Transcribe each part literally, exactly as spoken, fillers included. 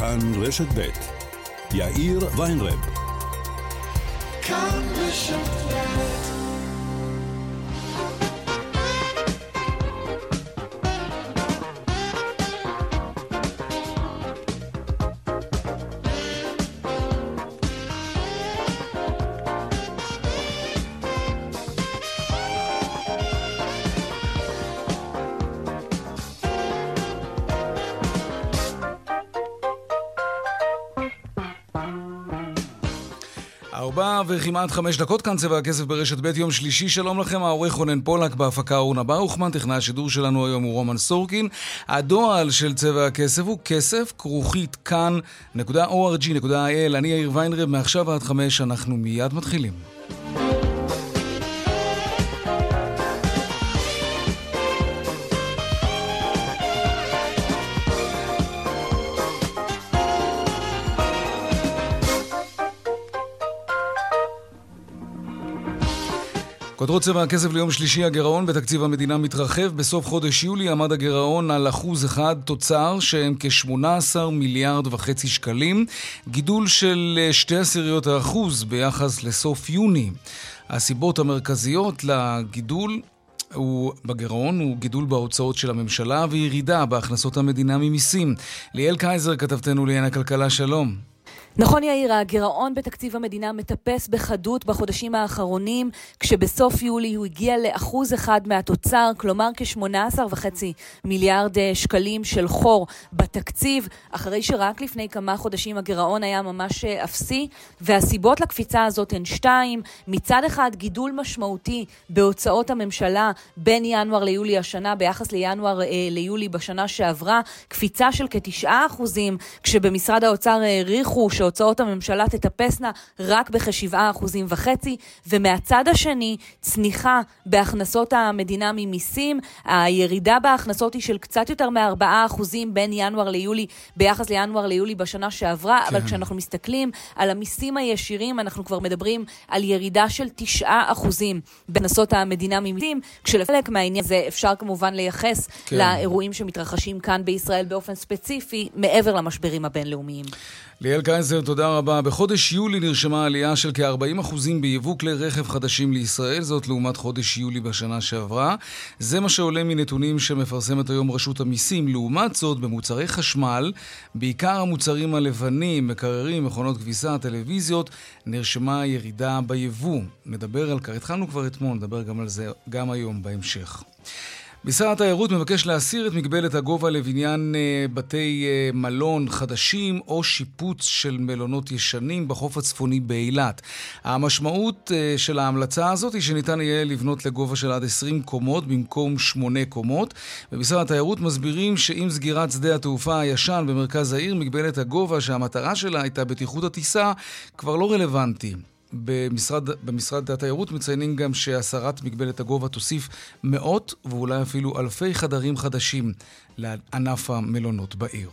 כאן רשת ב' יאיר ויינרב. כאן רשת ב'. ארבע וכמעט חמש דקות, כאן צבע הכסף ברשת ב' יום שלישי. שלום לכם, העורך רונן פולק, בהפקה אורנה ברוכמן, טכנאי השידור שלנו היום הוא רומן סורקין. הדואל של צבע הכסף הוא כסף כרוכית כאן נקודה או אר ג'י נקודה איי אל. אני יאיר ויינרב, מעכשיו עד חמש אנחנו מיד מתחילים. כותרות צבע הכסף ליום שלישי. הגירעון בתקציב המדינה מתרחב. בסוף חודש יולי עמד הגירעון על אחוז אחד תוצר שהם כ-שמונה עשר מיליארד וחצי שקלים, גידול של שתי עשיריות האחוז ביחס לסוף יוני. הסיבות המרכזיות לגידול הוא בגירעון הוא גידול בהוצאות של הממשלה וירידה בהכנסות המדינה ממיסים. ליאל קייזר כתבתנו לעניין הכלכלה, שלום. נכון יאיר, הגירעון בתקציב המדינה מטפס בחדות בחודשים האחרונים, כשבסוף יולי הוא הגיע לאחוז אחד מהתוצר, כלומר כ-שמונה עשר וחצי מיליארד שקלים של חור בתקציב, אחרי שרק לפני כמה חודשים הגירעון היה ממש אפסי, והסיבות לקפיצה הזאת הן שתיים. מצד אחד, גידול משמעותי בהוצאות הממשלה בין ינואר ליולי השנה ביחס לינואר אה, ליולי בשנה שעברה, קפיצה של כתשעה אחוזים, כשבמשרד האוצר העריכו ש הוצאות הממשלה תטפסנה רק בכ-שבעה אחוזים וחצי, ומהצד השני צניחה בהכנסות המדינה ממיסים. הירידה בהכנסות היא של קצת יותר מ-ארבעה אחוזים בין ינואר ליולי ביחס לינואר ליולי בשנה שעברה, כן. אבל כשאנחנו מסתכלים על המיסים הישירים אנחנו כבר מדברים על ירידה של תשעה אחוזים בהכנסות המדינה ממיסים, כשלחלק מהעניין הזה אפשר כמובן לייחס כן. לאירועים שמתרחשים כאן בישראל באופן ספציפי מעבר למשברים הבינלאומיים. ליאל קייזר, תודה רבה. בחודש יולי נרשמה עלייה של כ-ארבעים אחוזים ביבוא כלי רכב חדשים לישראל, זאת לעומת חודש יולי בשנה שעברה. זה מה שעולה מנתונים שמפרסמת היום רשות המיסים. לעומת זאת, במוצרי חשמל, בעיקר המוצרים הלבנים, מקררים, מכונות כביסה, טלוויזיות, נרשמה ירידה ביבוא. נדבר על כך, התחלנו כבר אתמול, נדבר גם על זה גם היום בהמשך. משרד התיירות מבקש להסיר את מגבלת הגובה לבניין בתי מלון חדשים או שיפוץ של מלונות ישנים בחוף הצפוני באילת. המשמעות של ההמלצה הזאת היא שניתן יהיה לבנות לגובה של עד עשרים קומות במקום שמונה קומות. במשרד התיירות מסבירים שעם סגירת שדה התעופה הישן במרכז העיר, מגבלת הגובה שהמטרה שלה הייתה בטיחות הטיסה כבר לא רלוונטי. במשרד, במשרד התיירות מציינים גם שהסרת מגבלת הגובה תוסיף מאות ואולי אפילו אלפי חדרים חדשים לענף המלונות בעיר.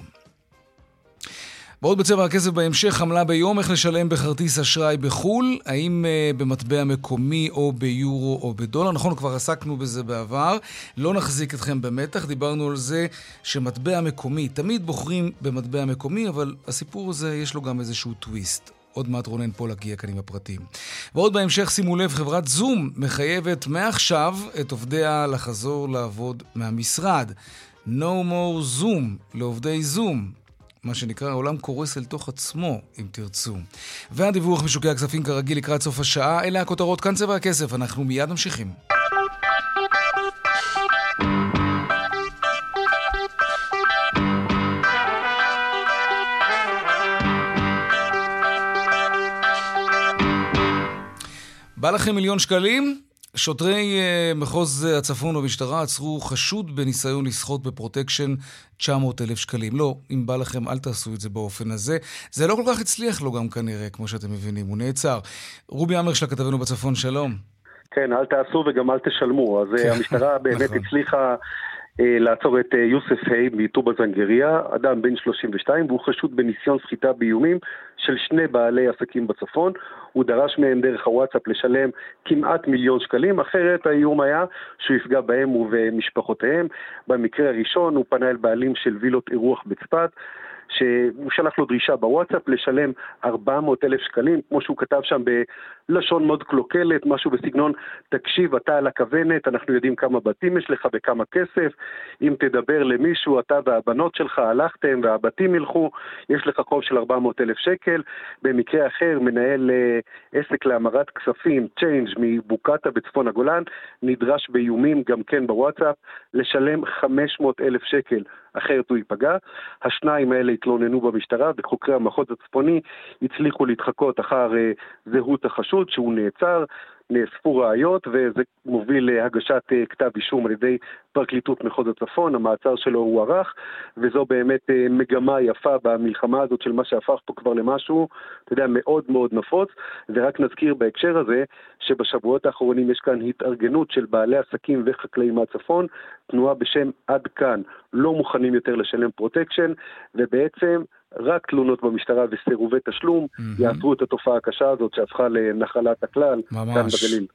בעוד בצבע הכסף בהמשך, עמלה ביום, איך לשלם בכרטיס אשראי בחול, האם uh, במטבע מקומי או ביורו או בדולר. נכון, כבר עסקנו בזה בעבר, לא נחזיק אתכם במתח, דיברנו על זה שמטבע מקומי, תמיד בוחרים במטבע מקומי, אבל הסיפור הזה יש לו גם איזשהו טוויסט. עוד מעט רונן פולק הגיע כאן עם הפרטים. ועוד בהמשך, שימו לב, חברת זום מחייבת מעכשיו את עובדיה לחזור לעבוד מהמשרד. No more Zoom לעובדי זום. מה שנקרא, העולם קורס אל תוך עצמו, אם תרצו. והדיווח משוקי הכספים כרגיל לקראת סוף השעה. אלה הכותרות, כאן צבע הכסף. אנחנו מיד ממשיכים. בא לכם מיליון שקלים? שוטרי uh, מחוז הצפון במשטרה עצרו חשוד בניסיון לסחוט בפרוטקשן תשע מאות אלף שקלים. לא, אם בא לכם אל תעשו את זה באופן הזה. זה לא כל כך הצליח לו גם כנראה, כמו שאתם מבינים, הוא נעצר. רובי אמר של כתבנו בצפון, שלום. כן, אל תעשו וגם אל תשלמו. אז כן. המשטרה באמת הצליחה לעצור את יוסף היי מטובא זנגריה, אדם בן שלושים ושתיים, והוא חשוד בניסיון סחיטה באיומים של שני בעלי עסקים בצפון. הוא דרש מהם דרך הוואטסאפ לשלם כמעט מיליון שקלים, אחרת האיום היה שהוא יפגע בהם ובמשפחותיהם. במקרה הראשון הוא פנה אל בעלים של וילות אירוח בצפת, שהוא שלח לו דרישה בוואטסאפ לשלם ארבע מאות אלף שקלים, כמו שהוא כתב שם בלשון מאוד קלוקלת, משהו בסגנון, תקשיב, אתה על הכוונת, אנחנו יודעים כמה בתים יש לך וכמה כסף, אם תדבר למישהו, אתה והבנות שלך הלכתם והבתים ילכו, יש לך חוב של ארבע מאות אלף שקל. במקרה אחר, מנהל עסק להמרת כספים, צ'יינג' מבוקטה בצפון הגולן, נדרש באיומים גם כן בוואטסאפ, לשלם חמש מאות אלף שקל, אחרת הוא ייפגע. השניים האלה התלוננו במשטרה, וחוקרי המחוז הצפוני הצליחו להתחקות אחר זהות החשוד, שהוא נעצר, נאספו ראיות, וזה מוביל להגשת כתב אישום על ידי פרקליטות מחוז הצפון. המעצר שלו הוא ערך, וזו באמת מגמה יפה במלחמה הזאת של מה שהפך פה כבר למשהו, אתה יודע, מאוד מאוד נפוץ. ורק נזכיר בהקשר הזה, שבשבועות האחרונים יש כאן התארגנות של בעלי עסקים וחקלאים מהצפון, תנועה בשם עד כאן, לא מוכנים יותר לשלם פרוטקשן, ובעצם רק תלונות במשטרה וסירובי תשלום mm-hmm. יעצרו את התופעה הקשה הזאת שהפכה לנחלת הכלל ממש. כאן בגליל.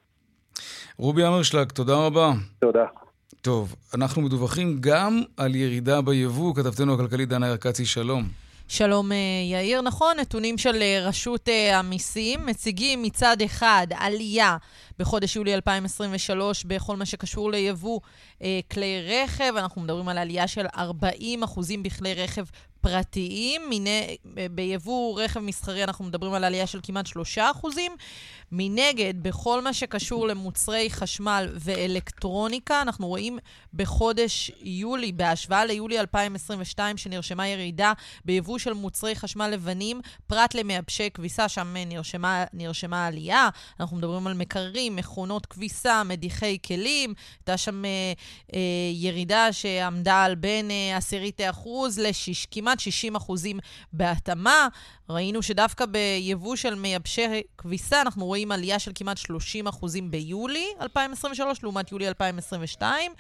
רובי אמרשלג, תודה רבה. תודה. טוב, אנחנו מדווחים גם על ירידה ביבוא, כתבתנו הכלכלית דנה ירקצי, שלום. שלום יאיר, נכון, נתונים של רשות המיסים מציגים מצד אחד עלייה בחודש יולי אלפיים עשרים ושלוש בכל מה שקשור ליבוא אה, כלי רכב. אנחנו מדברים על עלייה של ארבעים אחוזים בכלי רכב פרטיים. מיני, ביבוא רכב מסחרי אנחנו מדברים על עלייה של כמעט שלושה אחוזים. מנגד, בכל מה שקשור למוצרי חשמל ואלקטרוניקה, אנחנו רואים בחודש יולי, בהשוואה ליולי אלפיים עשרים ושתיים, שנרשמה ירידה ביבוא של מוצרי חשמל לבנים, פרט למייבשי כביסה, שם נרשמה, נרשמה עלייה. אנחנו מדברים על מקררים, מכונות כביסה, מדיחי כלים. הייתה שם אה, אה, ירידה שעמדה על בין אה, עשירית אחוז לשיש, כמעט שישים אחוזים בהתאמה. ראינו שדווקא ביבוא של מייבשי כביסה, אנחנו רואים עלייה של כמעט שלושים אחוזים ביולי אלפיים עשרים ושלוש, לעומת יולי אלפיים עשרים ושתיים.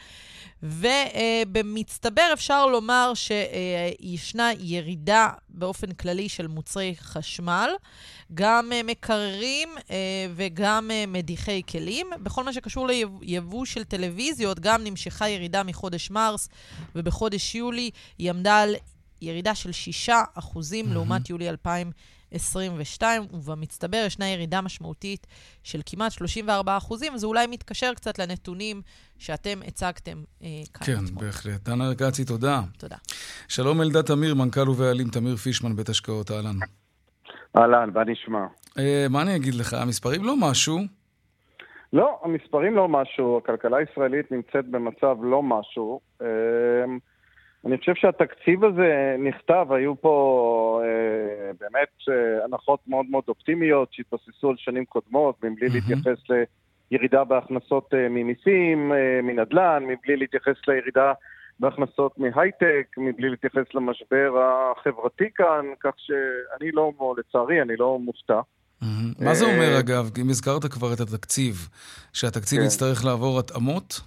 ובמצטבר אפשר לומר שישנה ירידה באופן כללי של מוצרי חשמל, גם מקררים וגם מדיחי כלים. בכל מה שקשור ליבוא של טלוויזיות, גם נמשכה ירידה מחודש מרס, ובחודש יולי היא עמדה על ירידה של שישה אחוזים mm-hmm. לעומת יולי אלפיים עשרים ושתיים, ובמצטבר ישנה ירידה משמעותית של כמעט שלושים וארבעה אחוזים, אז אולי מתקשר קצת לנתונים שאתם הצגתם אה, כאן. כן, אתמול. בהחלט. דנה ירקצי, תודה. תודה. שלום אלדד תמיר, מנכ"ל ובעלים תמיר פישמן, בית השקעות, אהלן. אהלן, מה נשמע? אה, מה אני אגיד לך? המספרים לא משהו? לא, המספרים לא משהו. הכלכלה הישראלית נמצאת במצב לא משהו. אה, אני חושב שהתקציב הזה נכתב, היו פה אה, באמת אה, הנחות מאוד מאוד אופטימיות שהתבססו על שנים קודמות, מבלי mm-hmm. להתייחס לירידה בהכנסות אה, ממיסים, אה, מנדלן, מבלי להתייחס לירידה בהכנסות מהייטק, מבלי להתייחס למשבר החברתי כאן, כך שאני לא, לצערי, אני לא מופתע. Mm-hmm. מה זה אומר אגב, אם הזכרת כבר את התקציב, שהתקציב כן. יצטרך לעבור התאמות?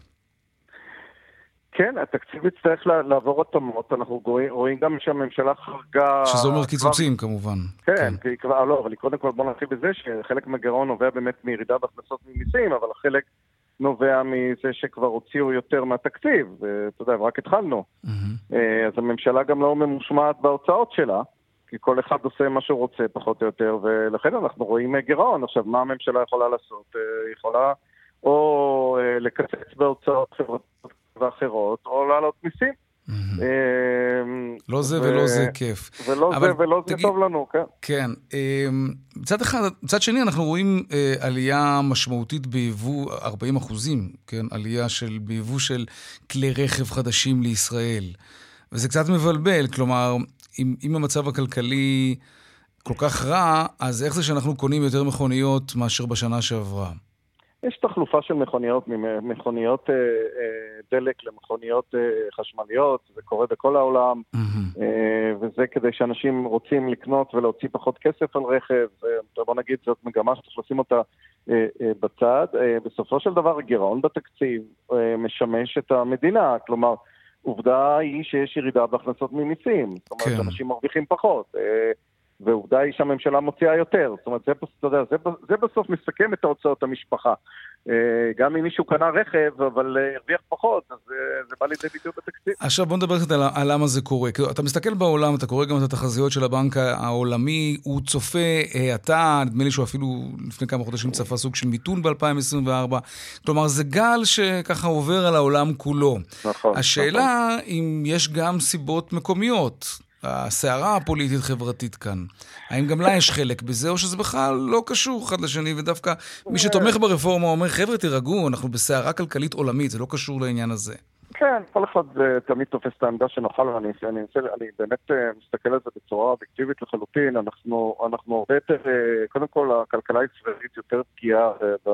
כן, התקציב יצטרך לעבור התאמות, אנחנו רואים גם שהממשלה חרגה... שזה אומר קיצוצים כמובן. כן, לא, אבל קודם כל בוא נתחיל בזה שחלק מהגירעון נובע באמת מירידה בהכנסות ממיסים, אבל החלק נובע מזה שכבר הוציאו יותר מהתקציב, ואתה יודע, רק התחלנו. אז הממשלה גם לא ממושמעת בהוצאות שלה, כי כל אחד עושה מה שהוא רוצה פחות או יותר, ולכן אנחנו רואים גירעון. עכשיו, מה הממשלה יכולה לעשות? היא יכולה או לקצץ בהוצאות חברתיות ואחרות, או לעלות מיסים. לא זה ולא זה כיף. ולא זה ולא זה טוב לנו, כן. כן. מצד אחד, מצד שני אנחנו רואים עלייה משמעותית ביבוא ארבעים אחוזים, כן? עלייה של ביבוא של כלי רכב חדשים לישראל. וזה קצת מבלבל, כלומר, אם, אם המצב הכלכלי כל כך רע, אז איך זה שאנחנו קונים יותר מכוניות מאשר בשנה שעברה? יש תחלופה של מכוניות, ממכוניות אה, אה, דלק למכוניות אה, חשמליות, זה קורה בכל העולם, mm-hmm. אה, וזה כדי שאנשים רוצים לקנות ולהוציא פחות כסף על רכב, אה, בוא נגיד זאת מגמה שצריך לשים אותה אה, אה, בצד. אה, בסופו של דבר הגירעון בתקציב אה, משמש את המדינה, כלומר, עובדה היא שיש ירידה בהכנסות ממיסים, זאת אומרת, כן. אנשים מרוויחים פחות. אה, ועובדה היא שהממשלה מוציאה יותר. זאת אומרת, זה, אתה יודע, זה, זה בסוף מסכם את ההוצאות המשפחה. גם אם מישהו קנה רכב, אבל הרוויח פחות, אז זה בא לידי ביטוי בתקציב. עכשיו בוא נדבר קצת על, על למה זה קורה. אתה מסתכל בעולם, אתה קורא גם את התחזיות של הבנק העולמי, הוא צופה האטה, נדמה לי שהוא אפילו לפני כמה חודשים צפה סוג של מיתון ב-אלפיים עשרים וארבע. כלומר, זה גל שככה עובר על העולם כולו. נכון. השאלה נכון. אם יש גם סיבות מקומיות. הסערה הפוליטית-חברתית כאן. האם גם לה יש חלק בזה, או שזה בכלל לא קשור אחד לשני, ודווקא מי שתומך ברפורמה אומר, חבר'ה, תירגעו, אנחנו בסערה כלכלית עולמית, זה לא קשור לעניין הזה. כן, כל אחד תמיד תופס את העמדה שנוכל, ואני אני, אני באמת מסתכל על זה בצורה אובייקטיבית לחלוטין. אנחנו, אנחנו הרבה יותר, קודם כל, הכלכלה הישראלית יותר פגיעה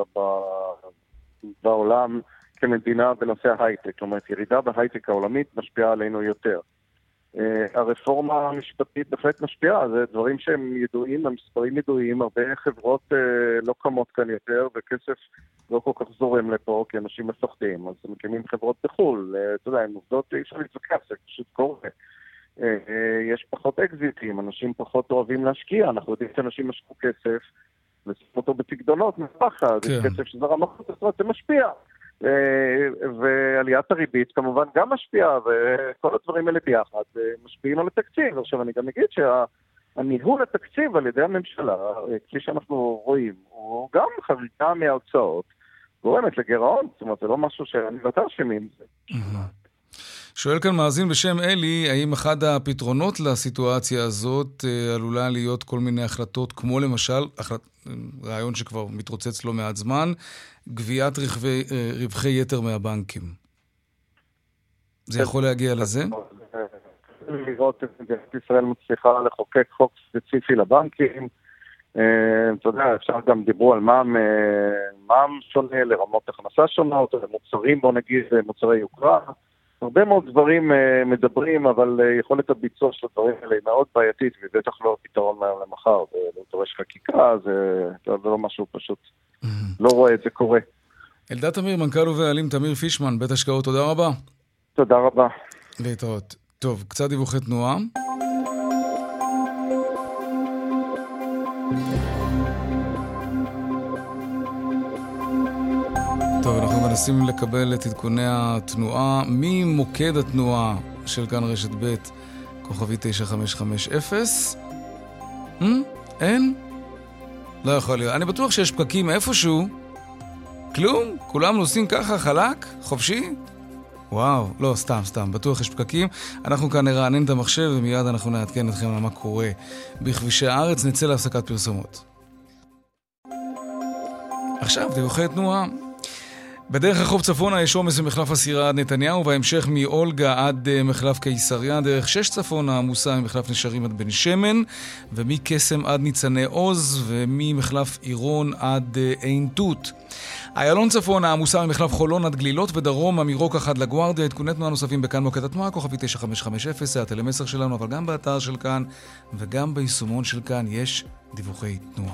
בעולם כמדינה בנושא ההייטק. זאת אומרת, ירידה בהייטק העולמית משפיעה עלינו יותר. הרפורמה המשפטית בהחלט משפיעה, זה דברים שהם ידועים, המספרים ידועים, הרבה חברות לא קמות כאן יותר, וכסף לא כל כך זורם לפה, כי אנשים מפחדים, אז הם מקימים חברות בחול, אתה יודע, הם עובדות, אי אפשר להתווכח, זה פשוט קורה. יש פחות אקזיטים, אנשים פחות אוהבים להשקיע, אנחנו יודעים שאנשים משקו כסף, ושמו אותו בפקדונות, מפחד, כן. כסף שזרם החוץ, זאת אומרת, זה משפיע. ועליית הריבית כמובן גם משפיעה, וכל הדברים האלה ביחד משפיעים על התקציב. עכשיו אני גם אגיד שהניהול התקציב על ידי הממשלה, כפי שאנחנו רואים, הוא גם חריגה מההוצאות, גורמת לגירעון, זאת אומרת, זה לא משהו שאני ואתה אשמים. שואל כאן מאזין בשם אלי, האם אחד הפתרונות לסיטואציה הזאת עלולה להיות כל מיני החלטות, כמו למשל, החלט... רעיון שכבר מתרוצץ לא מעט זמן, גביית רווחי, רווחי יתר מהבנקים. זה יכול להגיע לזה? לראות את מדינת ישראל מצליחה לחוקק חוק ספציפי לבנקים. אתה יודע, אפשר גם דיברו על מע"מ, מע"מ שונה, לרמות הכנסה שונות, למוצרים, בוא נגיד, מוצרי יוקרה. הרבה מאוד דברים מדברים, אבל יכולת הביצוע של הדברים האלה היא מאוד בעייתית, ובטח לא פתרון מהיום למחר, ולא דורש חקיקה, זה לא משהו פשוט, לא רואה את זה קורה. אלדד תמיר, מנכ"ל ובעלים תמיר פישמן, בית השקעות, תודה רבה. תודה רבה. להתראות. טוב, קצת דיווחי תנועה. טוב, אנחנו מנסים לקבל את עדכוני התנועה ממוקד התנועה של כאן רשת ב' כוכבי תשע חמש חמש אפס. Hmm? אין? לא יכול להיות. אני בטוח שיש פקקים איפשהו. כלום? כולם נוסעים ככה חלק? חופשי? וואו, לא, סתם, סתם. בטוח יש פקקים. אנחנו כאן נרענן את המחשב ומיד אנחנו נעדכן אתכם על מה קורה בכבישי הארץ. נצא להפסקת פרסומות. עכשיו, דיווחי תנועה. בדרך החוף צפונה יש עומס ממחלף הסירה עד נתניהו, וההמשך מאולגה עד מחלף קיסריה, דרך שש צפונה עמוסה ממחלף נשרים עד בן שמן, ומקסם עד ניצני עוז, וממחלף עירון עד עין תות. איילון צפונה עמוסה ממחלף חולון עד גלילות, ודרום מרוקח עד לגוארדיה. עדכוני תנועה נוספים בכאן מוקד התנועה, כוכבי תשע חמש חמש אפס, זה הטלמסר שלנו, אבל גם באתר של כאן, וגם ביישומון של כאן יש דיווחי תנועה.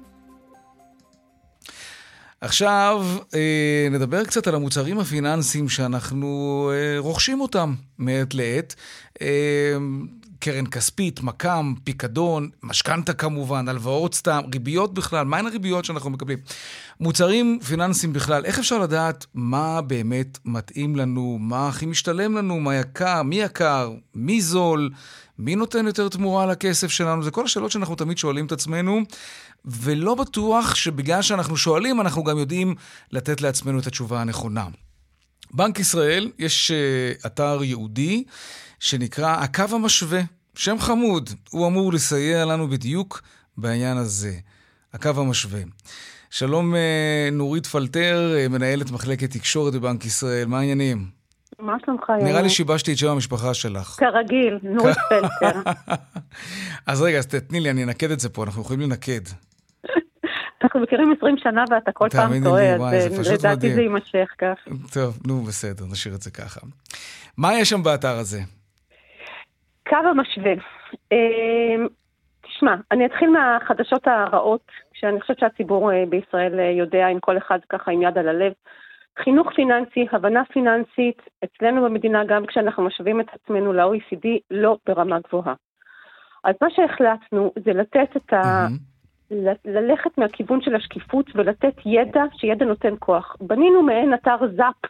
עכשיו אה, נדבר קצת על המוצרים הפיננסיים שאנחנו אה, רוכשים אותם מעת לעת. אה, קרן כספית, מקם, פיקדון, משכנתה כמובן, הלוואות סתם, ריביות בכלל, מהן הריביות שאנחנו מקבלים? מוצרים פיננסיים בכלל, איך אפשר לדעת מה באמת מתאים לנו, מה הכי משתלם לנו, מה יקר, מי יקר, מי זול, מי נותן יותר תמורה לכסף שלנו? זה כל השאלות שאנחנו תמיד שואלים את עצמנו, ולא בטוח שבגלל שאנחנו שואלים, אנחנו גם יודעים לתת לעצמנו את התשובה הנכונה. בנק ישראל, יש uh, אתר יהודי שנקרא הקו המשווה, שם חמוד, הוא אמור לסייע לנו בדיוק בעניין הזה, הקו המשווה. שלום uh, נורית פלטר, uh, מנהלת מחלקת תקשורת בבנק ישראל, מה העניינים? מה שלומך? נראה לי שיבשתי את שם המשפחה שלך. כרגיל, נורית פלטר. אז רגע, אז תתני לי, אני אנקד את זה פה, אנחנו יכולים לנקד. אנחנו מכירים עשרים שנה ואתה כל פעם טועה, אז לדעתי זה יימשך כך. טוב, נו בסדר, נשאיר את זה ככה. מה יש שם באתר הזה? קו המשווה. תשמע, אני אתחיל מהחדשות הרעות, שאני חושבת שהציבור בישראל יודע, עם כל אחד ככה עם יד על הלב. חינוך פיננסי, הבנה פיננסית, אצלנו במדינה גם כשאנחנו משווים את עצמנו ל-או אי סי די, לא ברמה גבוהה. אז מה שהחלטנו זה לתת את ה... ללכת מהכיוון של השקיפות ולתת ידע, שידע נותן כוח. בנינו מעין אתר זאפ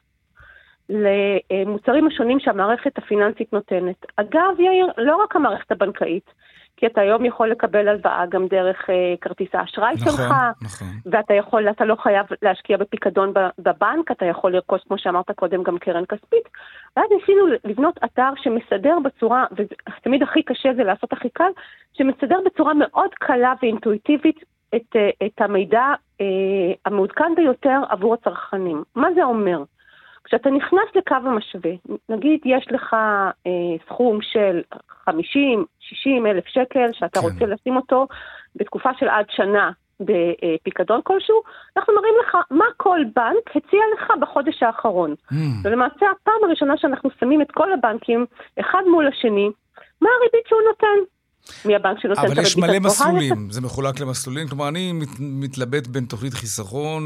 למוצרים השונים שהמערכת הפיננסית נותנת. אגב, יאיר, לא רק המערכת הבנקאית, כי אתה היום יכול לקבל הלוואה גם דרך uh, כרטיס האשראי נכון, שלך, נכון. ואתה יכול, אתה לא חייב להשקיע בפיקדון בבנק, אתה יכול לרכוש, כמו שאמרת קודם, גם קרן כספית. ואז ניסינו לבנות אתר שמסדר בצורה, ותמיד הכי קשה זה לעשות הכי קל, שמסדר בצורה מאוד קלה ואינטואיטיבית את, את המידע uh, המעודכן ביותר עבור הצרכנים. מה זה אומר? כשאתה נכנס לקו המשווה, נגיד יש לך אה, סכום של חמישים שישים אלף שקל, שאתה כן. רוצה לשים אותו בתקופה של עד שנה בפיקדון כלשהו, אנחנו מראים לך מה כל בנק הציע לך בחודש האחרון. Mm. ולמעשה הפעם הראשונה שאנחנו שמים את כל הבנקים, אחד מול השני, מה הריבית שהוא נותן? מהבנק שנותן את הריבית. אבל יש מלא מסלולים, זה מחולק למסלולים, כלומר אני מת, מתלבט בין תוכנית חיסכון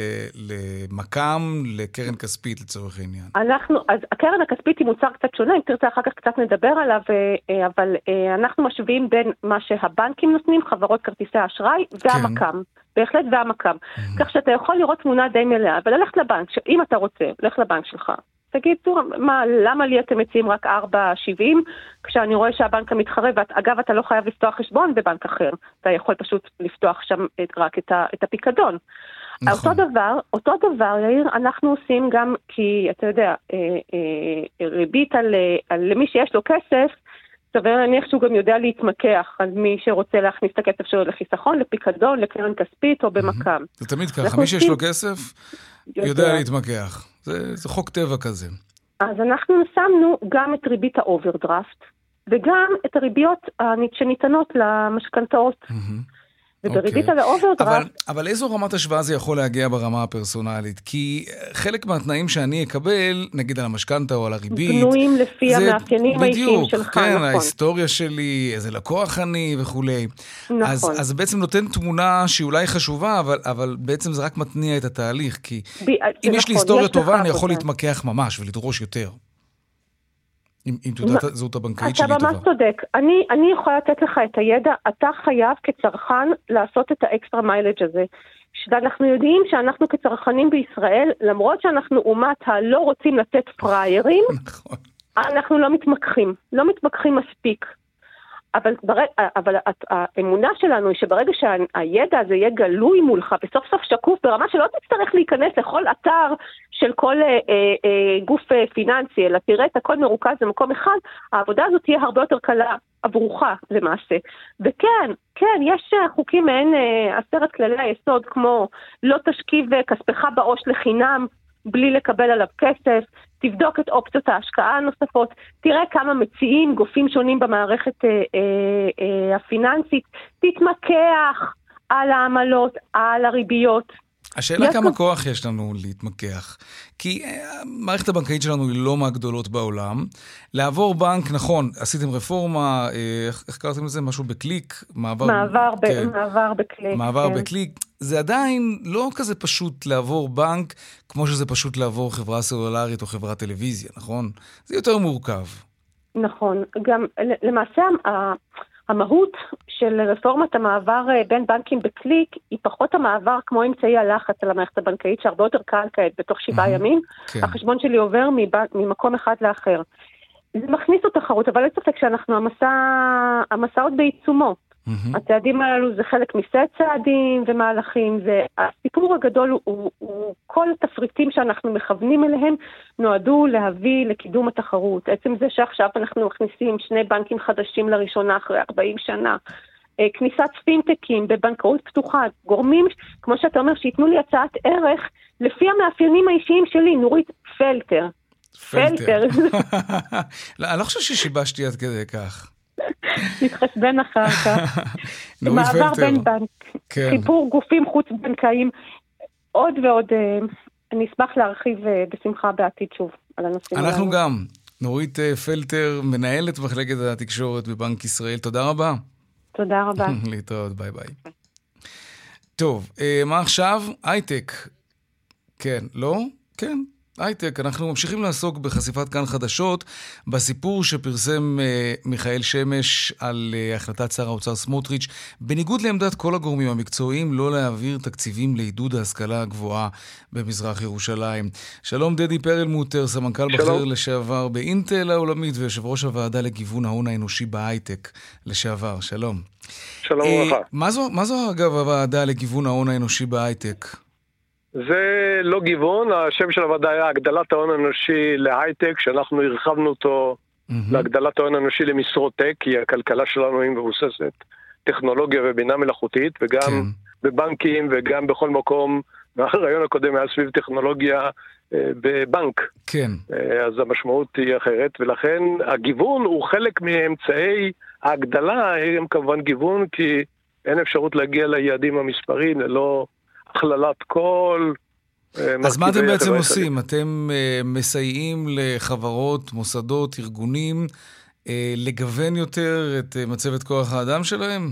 למקם, לקרן כספית לצורך העניין. אנחנו, אז הקרן הכספית היא מוצר קצת שונה, אם תרצה אחר כך קצת נדבר עליו, אבל אנחנו משווים בין מה שהבנקים נותנים, חברות כרטיסי האשראי והמקם, כן. בהחלט והמקם. Mm-hmm. כך שאתה יכול לראות תמונה די מלאה, וללכת לבנק, אם אתה רוצה, לך לבנק שלך. תגיד, מה, למה לי אתם מציעים רק ארבע שבעים, כשאני רואה שהבנק המתחרה, ואגב, אתה לא חייב לפתוח חשבון בבנק אחר, אתה יכול פשוט לפתוח שם רק את, ה, את הפיקדון. נכון. אותו דבר, אותו דבר, יאיר, אנחנו עושים גם, כי אתה יודע, אה, אה, ריבית על, על למי שיש לו כסף, סביר להניח שהוא גם יודע להתמקח על מי שרוצה להכניס את הכסף שלו לחיסכון, לפיקדון, לקרן כספית או במקם. זה תמיד ככה, מי שיש לו כסף יודע להתמקח. זה, זה חוק טבע כזה. אז אנחנו שמנו גם את ריבית האוברדרפט, וגם את הריביות שניתנות למשכנתאות. ובריבית okay. על האוברדרפט... אבל, אבל איזו רמת השוואה זה יכול להגיע ברמה הפרסונלית? כי חלק מהתנאים שאני אקבל, נגיד על המשכנתה או על הריבית... בנויים לפי זה, המאפיינים האישיים שלך, כן, נכון. ההיסטוריה שלי, איזה לקוח אני וכולי. נכון. אז, אז בעצם נותן תמונה שהיא אולי חשובה, אבל, אבל בעצם זה רק מתניע את התהליך, כי ב... אם יש נכון, לי היסטוריה טובה, אני יכול להתמקח ממש ולדרוש יותר. עם תעודת הזהות הבנקאית שלי טובה. אתה ממש צודק. אני, אני יכולה לתת לך את הידע, אתה חייב כצרכן לעשות את האקסטרה מיילג' הזה. שאנחנו יודעים שאנחנו כצרכנים בישראל, למרות שאנחנו אומת הלא רוצים לתת פריירים, אנחנו לא מתמקחים, לא מתמקחים מספיק. אבל, ברג, אבל האמונה שלנו היא שברגע שהידע הזה יהיה גלוי מולך, בסוף סוף שקוף, ברמה שלא תצטרך להיכנס לכל אתר של כל אה, אה, גוף אה, פיננסי, אלא תראה את הכל מרוכז במקום אחד, העבודה הזאת תהיה הרבה יותר קלה עבורך למעשה. וכן, כן, יש חוקים מעין אה, עשרת כללי היסוד, כמו לא תשכיב כספך בעו"ש לחינם, בלי לקבל עליו כסף, תבדוק את אופציות ההשקעה הנוספות, תראה כמה מציעים גופים שונים במערכת אה, אה, אה, הפיננסית, תתמקח על העמלות, על הריביות. השאלה כמה כוח יש לנו להתמקח, כי המערכת הבנקאית שלנו היא לא מהגדולות בעולם. לעבור בנק, נכון, עשיתם רפורמה, איך קראתם לזה? משהו בקליק? מעבר, מעבר, ב, כן. מעבר בקליק. מעבר כן. בקליק. זה עדיין לא כזה פשוט לעבור בנק, כמו שזה פשוט לעבור חברה סלולרית או חברת טלוויזיה, נכון? זה יותר מורכב. נכון. גם למעשה המהות של רפורמת המעבר בין בנקים בקליק היא פחות המעבר כמו אמצעי הלחץ על המערכת הבנקאית, שהרבה יותר קל כעת בתוך שבעה ימים. כן. החשבון שלי עובר ממקום אחד לאחר. זה מכניס לו תחרות, אבל אין ספק שאנחנו המסע, המסע עוד בעיצומו. Mm-hmm. הצעדים האלו זה חלק מסט צעדים ומהלכים, זה, הסיפור הגדול הוא, הוא, הוא כל התפריטים שאנחנו מכוונים אליהם נועדו להביא לקידום התחרות. עצם זה שעכשיו אנחנו מכניסים שני בנקים חדשים לראשונה אחרי ארבעים שנה, כניסת פינטקים בבנקאות פתוחה, גורמים, כמו שאתה אומר, שיתנו לי הצעת ערך לפי המאפיינים האישיים שלי, נורית פלטר. פלטר. לא, אני לא חושב ששיבשתי עד כדי כך. להתחשבן אחר כך. מעבר בין בנק, חיבור גופים חוץ-בנקאיים, עוד ועוד, אני אשמח להרחיב בשמחה בעתיד שוב על הנושאים. אנחנו גם. נורית פלטר, מנהלת מחלקת התקשורת בבנק ישראל, תודה רבה. תודה רבה. להתראות, ביי ביי. טוב, מה עכשיו? הייטק. כן, לא? כן. הייטק, אנחנו ממשיכים לעסוק בחשיפת כאן חדשות, בסיפור שפרסם אה, מיכאל שמש על אה, החלטת שר האוצר סמוטריץ', בניגוד לעמדת כל הגורמים המקצועיים, לא להעביר תקציבים לעידוד ההשכלה הגבוהה במזרח ירושלים. שלום דדי פרלמוטר, סמנכ"ל בכיר לשעבר באינטל העולמית, ויושב ראש הוועדה לגיוון ההון האנושי בהייטק לשעבר. שלום. שלום וברכה. אה, מה זו, מה זו אגב הוועדה לגיוון ההון האנושי בהייטק? זה לא גיוון, השם של הוועדה היה הגדלת ההון האנושי להייטק, שאנחנו הרחבנו אותו mm-hmm. להגדלת ההון האנושי למשרות טק, כי הכלכלה שלנו היא מבוססת טכנולוגיה ובינה מלאכותית, וגם כן. בבנקים וגם בכל מקום, הרעיון הקודם היה סביב טכנולוגיה אה, בבנק. כן. אה, אז המשמעות היא אחרת, ולכן הגיוון הוא חלק מאמצעי ההגדלה, הם כמובן גיוון, כי אין אפשרות להגיע ליעדים המספרים ללא הכללת כל... אז מה אתם בעצם עושים? אתם uh, מסייעים לחברות, מוסדות, ארגונים, uh, לגוון יותר את uh, מצבת כוח האדם שלהם?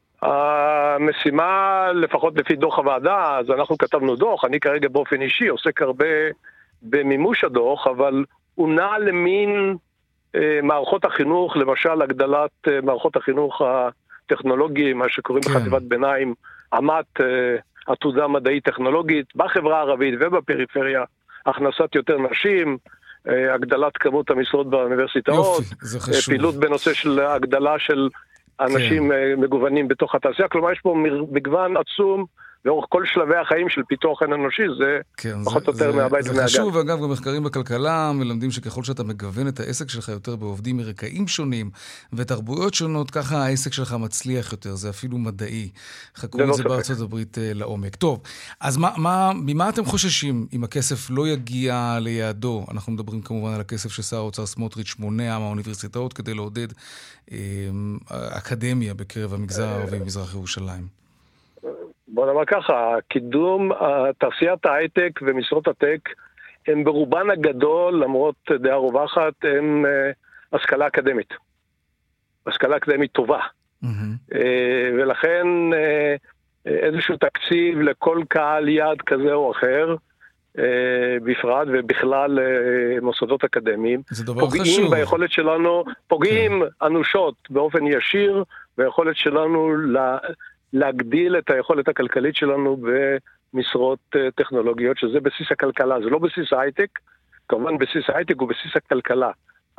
המשימה, לפחות לפי דוח הוועדה, אז אנחנו כתבנו דוח, אני כרגע באופן אישי עוסק הרבה במימוש הדוח, אבל הוא נע למין uh, מערכות החינוך, למשל הגדלת uh, מערכות החינוך הטכנולוגי, מה שקוראים כן. בחטיבת ביניים, עמת... Uh, עתודה מדעית טכנולוגית בחברה הערבית ובפריפריה, הכנסת יותר נשים, הגדלת כמות המשרות באוניברסיטאות, פעילות בנושא של הגדלה של אנשים כן. מגוונים בתוך התעשייה, כלומר יש פה מגוון עצום לאורך כל שלבי החיים של פיתוח אנושי, זה כן, פחות או יותר מהבית ומהגן. זה חשוב, ואגב, גם מחקרים בכלכלה מלמדים שככל שאתה מגוון את העסק שלך יותר בעובדים מרקעים שונים ותרבויות שונות, ככה העסק שלך מצליח יותר, זה אפילו מדעי. חקרו את זה בארצות הברית לעומק. טוב, אז מה, מה, ממה אתם חוששים אם הכסף לא יגיע ליעדו? אנחנו מדברים כמובן על הכסף ששר האוצר סמוטריץ' מונע מהאוניברסיטאות כדי לעודד אה, אקדמיה בקרב המגזר הערבי במזרח ירושלים. בוא נאמר ככה, קידום תעשיית ההייטק ומשרות הטק הם ברובן הגדול, למרות דעה רווחת, הם uh, השכלה אקדמית. השכלה אקדמית טובה. Mm-hmm. Uh, ולכן uh, איזשהו תקציב לכל קהל יעד כזה או אחר, uh, בפרט ובכלל uh, מוסדות אקדמיים, פוגעים חשוב. ביכולת שלנו, פוגעים okay. אנושות באופן ישיר, ביכולת שלנו ל... להגדיל את היכולת הכלכלית שלנו במשרות טכנולוגיות, שזה בסיס הכלכלה, זה לא בסיס ההייטק, כמובן בסיס ההייטק הוא בסיס הכלכלה.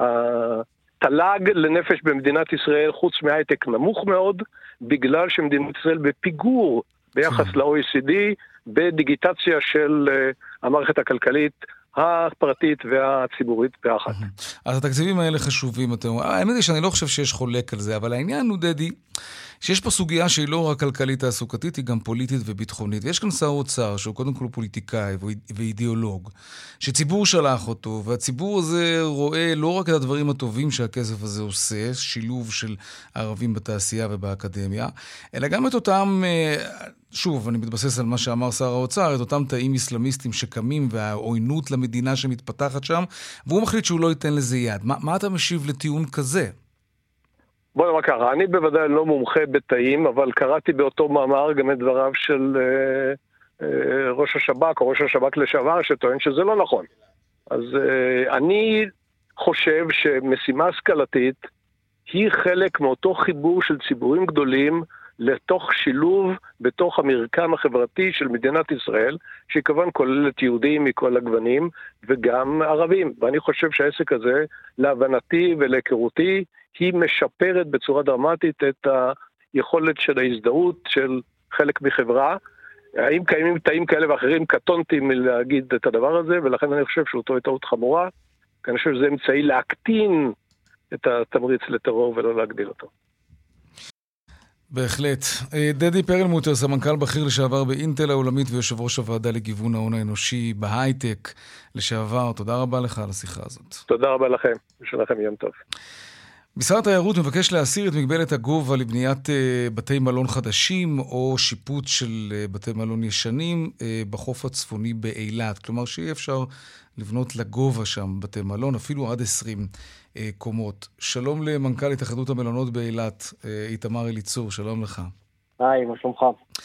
התל"ג לנפש במדינת ישראל חוץ מהייטק נמוך מאוד, בגלל שמדינת ישראל בפיגור ביחס ל-או אי סי די, בדיגיטציה של המערכת הכלכלית, הפרטית והציבורית ביחד. אז התקציבים האלה חשובים, אתם אומרים. האמת היא שאני לא חושב שיש חולק על זה, אבל העניין הוא, דדי, שיש פה סוגיה שהיא לא רק כלכלית תעסוקתית, היא גם פוליטית וביטחונית. ויש כאן שר אוצר, שהוא קודם כל פוליטיקאי ואידיאולוג, שציבור שלח אותו, והציבור הזה רואה לא רק את הדברים הטובים שהכסף הזה עושה, שילוב של ערבים בתעשייה ובאקדמיה, אלא גם את אותם... שוב, אני מתבסס על מה שאמר שר האוצר, את אותם תאים אסלאמיסטים שקמים והעוינות למדינה שמתפתחת שם, והוא מחליט שהוא לא ייתן לזה יד. מה, מה אתה משיב לטיעון כזה? בוא נאמר ככה, אני בוודאי לא מומחה בתאים, אבל קראתי באותו מאמר גם את דבריו של אה, אה, ראש השב"כ, או ראש השב"כ לשעבר, שטוען שזה לא נכון. אז אה, אני חושב שמשימה השכלתית היא חלק מאותו חיבור של ציבורים גדולים, לתוך שילוב בתוך המרקם החברתי של מדינת ישראל, שכמובן כוללת יהודים מכל הגוונים וגם ערבים. ואני חושב שהעסק הזה, להבנתי ולהיכרותי, היא משפרת בצורה דרמטית את היכולת של ההזדהות של חלק מחברה. האם קיימים תאים כאלה ואחרים, קטונתי מלהגיד את הדבר הזה, ולכן אני חושב שהוא טועה טעות חמורה, כי אני חושב שזה אמצעי להקטין את התמריץ לטרור ולא להגדיל אותו. בהחלט. דדי פרלמוטר, סמנכ"ל בכיר לשעבר באינטל העולמית ויושב ראש הוועדה לגיוון ההון האנושי בהייטק לשעבר. תודה רבה לך על השיחה הזאת. תודה רבה לכם. ושלכם יום טוב. משרד התיירות מבקש להסיר את מגבלת הגובה לבניית בתי מלון חדשים או שיפוץ של בתי מלון ישנים בחוף הצפוני באילת. כלומר שיהיה אפשר לבנות לגובה שם בתי מלון, אפילו עד עשרים קומות. שלום למנכ"ל התאחדות המלונות באילת, איתמר אליצור, שלום לך. היי, מה שלומך?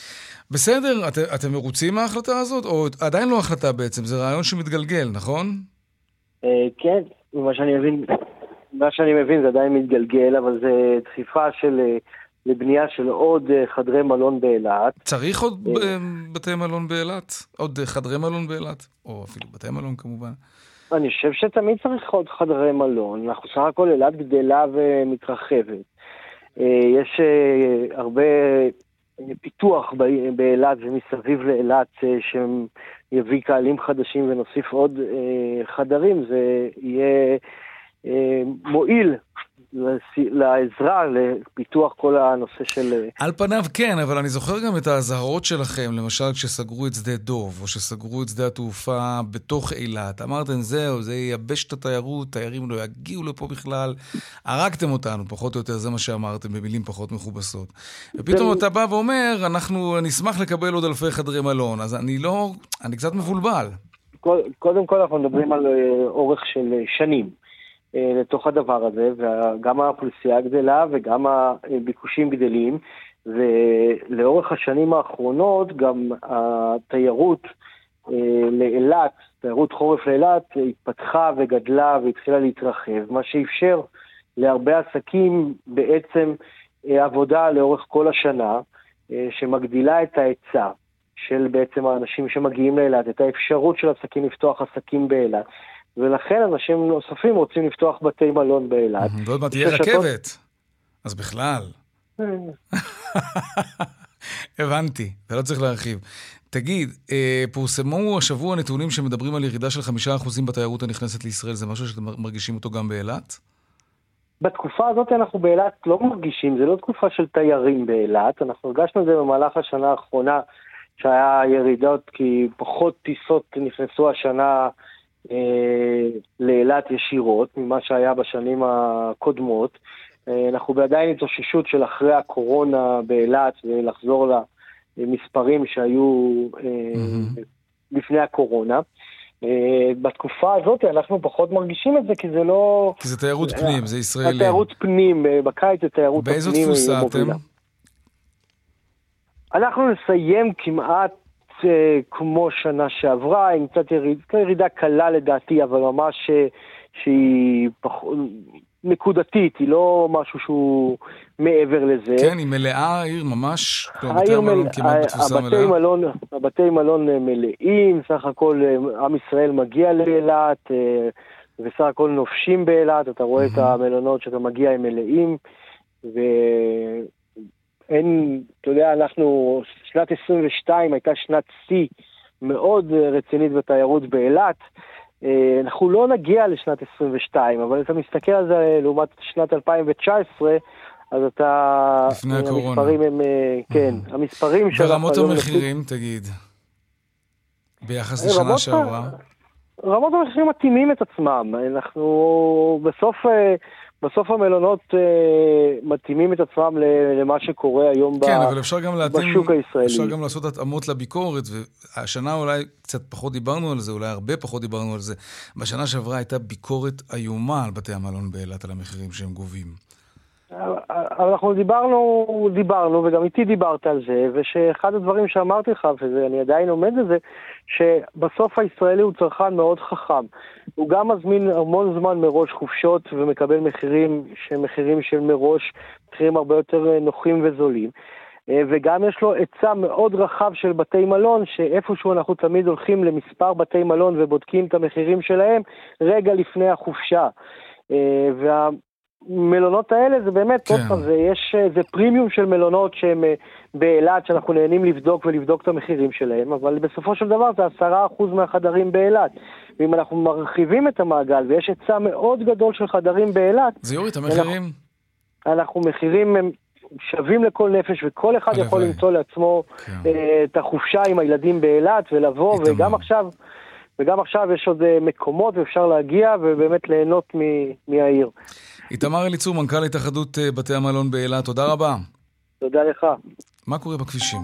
בסדר, את, אתם מרוצים מההחלטה הזאת? או עדיין לא החלטה בעצם? זה רעיון שמתגלגל, נכון? כן, מה שאני מבין, מה שאני מבין זה עדיין מתגלגל, אבל זה דחיפה של... לבנייה של עוד חדרי מלון באילת. צריך עוד בתי מלון באילת? עוד חדרי מלון באילת? או אפילו בתי מלון כמובן. אני חושב שתמיד צריך עוד חדרי מלון. אנחנו סך הכל אילת גדלה ומתרחבת. יש הרבה פיתוח באילת ומסביב לאילת שיביא קהלים חדשים ונוסיף עוד חדרים. זה יהיה מועיל לעזרה, לפיתוח כל הנושא של... על פניו כן, אבל אני זוכר גם את ההזהרות שלכם, למשל כשסגרו את שדה דוב, או שסגרו את שדה התעופה בתוך אילת. אמרתם זהו, זה ייבש את התיירות, תיירים לא יגיעו לפה בכלל. הרגתם אותנו, פחות או יותר, זה מה שאמרתם, במילים פחות מכובסות. ופתאום אתה בא ואומר, אנחנו נשמח לקבל עוד אלפי חדרי מלון, אז אני לא, אני קצת מבולבל. קודם כל אנחנו מדברים על אורך של שנים. לתוך הדבר הזה, וגם האוכלוסייה גדלה וגם הביקושים גדלים, ולאורך השנים האחרונות גם התיירות לאילת, תיירות חורף לאילת, התפתחה וגדלה והתחילה להתרחב, מה שאפשר להרבה עסקים בעצם עבודה לאורך כל השנה, שמגדילה את ההיצע של בעצם האנשים שמגיעים לאילת, את האפשרות של עסקים לפתוח עסקים באילת, ולכן אנשים נוספים רוצים לפתוח בתי מלון באילת. ועוד מעט תהיה רכבת. אז בכלל. הבנתי, אתה לא צריך להרחיב. תגיד, פורסמו השבוע נתונים שמדברים על ירידה של חמישה אחוזים בתיירות הנכנסת לישראל, זה משהו שאתם מרגישים אותו גם באילת? בתקופה הזאת אנחנו באילת לא מרגישים, זה לא תקופה של תיירים באילת, אנחנו הרגשנו את זה במהלך השנה האחרונה, שהיה ירידות כי פחות טיסות נכנסו השנה לאילת ישירות ממה שהיה בשנים הקודמות. אנחנו בעדיין התאוששות של אחרי הקורונה באילת ולחזור למספרים שהיו לפני הקורונה. בתקופה הזאת אנחנו פחות מרגישים את זה כי זה לא... כי זה תיירות פנים, זה ישראלים. תיירות פנים, בקיץ זה תיירות הפנים. באיזו תפוסה אתם? אנחנו נסיים כמעט כמו שנה שעברה, עם קצת יריד, ירידה קלה לדעתי, אבל ממש שהיא פח... נקודתית, היא לא משהו שהוא מעבר לזה. כן, היא מלאה, העיר ממש, בתי המלון כמעט בתפוסה מלאה. מלון, הבתי מלון מלאים, סך הכל עם ישראל מגיע לאילת, וסך הכל נופשים באילת, אתה רואה את המלונות שאתה מגיע עם מלאים, ו... אין, אתה יודע, אנחנו, שנת עשרים ושתיים הייתה שנת שיא מאוד רצינית בתיירות באילת. אנחנו לא נגיע לשנת עשרים ושתיים, אבל אתה מסתכל על זה לעומת שנת אלפיים תשע עשרה, אז אתה... לפני הקורונה. המספרים הם, כן, המספרים של... ורמות המחירים, תגיד, ביחס לשנה שעברה? רמות המחירים מתאימים את עצמם. אנחנו בסוף... בסוף המלונות uh, מתאימים את עצמם למה שקורה היום כן, ב- אבל אפשר גם להתאים, בשוק הישראלי. אפשר גם לעשות התאמות לביקורת, והשנה אולי קצת פחות דיברנו על זה, אולי הרבה פחות דיברנו על זה. בשנה שעברה הייתה ביקורת איומה על בתי המלון באילת, על המחירים שהם גובים. אבל אנחנו דיברנו, דיברנו, וגם איתי דיברת על זה, ושאחד הדברים שאמרתי לך, ואני עדיין עומד לזה, שבסוף הישראלי הוא צרכן מאוד חכם. הוא גם מזמין המון זמן מראש חופשות, ומקבל מחירים שמחירים של מראש, מחירים הרבה יותר נוחים וזולים. וגם יש לו היצע מאוד רחב של בתי מלון, שאיפשהו אנחנו תמיד הולכים למספר בתי מלון ובודקים את המחירים שלהם רגע לפני החופשה. וה... מלונות האלה זה באמת, כן. טוב, זה, יש, זה פרימיום של מלונות שהם באילת, שאנחנו נהנים לבדוק ולבדוק את המחירים שלהם, אבל בסופו של דבר זה עשרה אחוז מהחדרים באילת. ואם אנחנו מרחיבים את המעגל, ויש היצע מאוד גדול של חדרים באילת, זה יוריד את המחירים? אנחנו, אנחנו מחירים הם שווים לכל נפש, וכל אחד יכול ביי. למצוא לעצמו כן. את החופשה עם הילדים באילת, ולבוא, וגם מה. עכשיו... וגם עכשיו יש עוד מקומות ואפשר להגיע ובאמת ליהנות מהעיר. איתמר אליצור, מנכ"ל התאחדות בתי המלון באילת, תודה רבה. תודה לך. מה קורה בכבישים?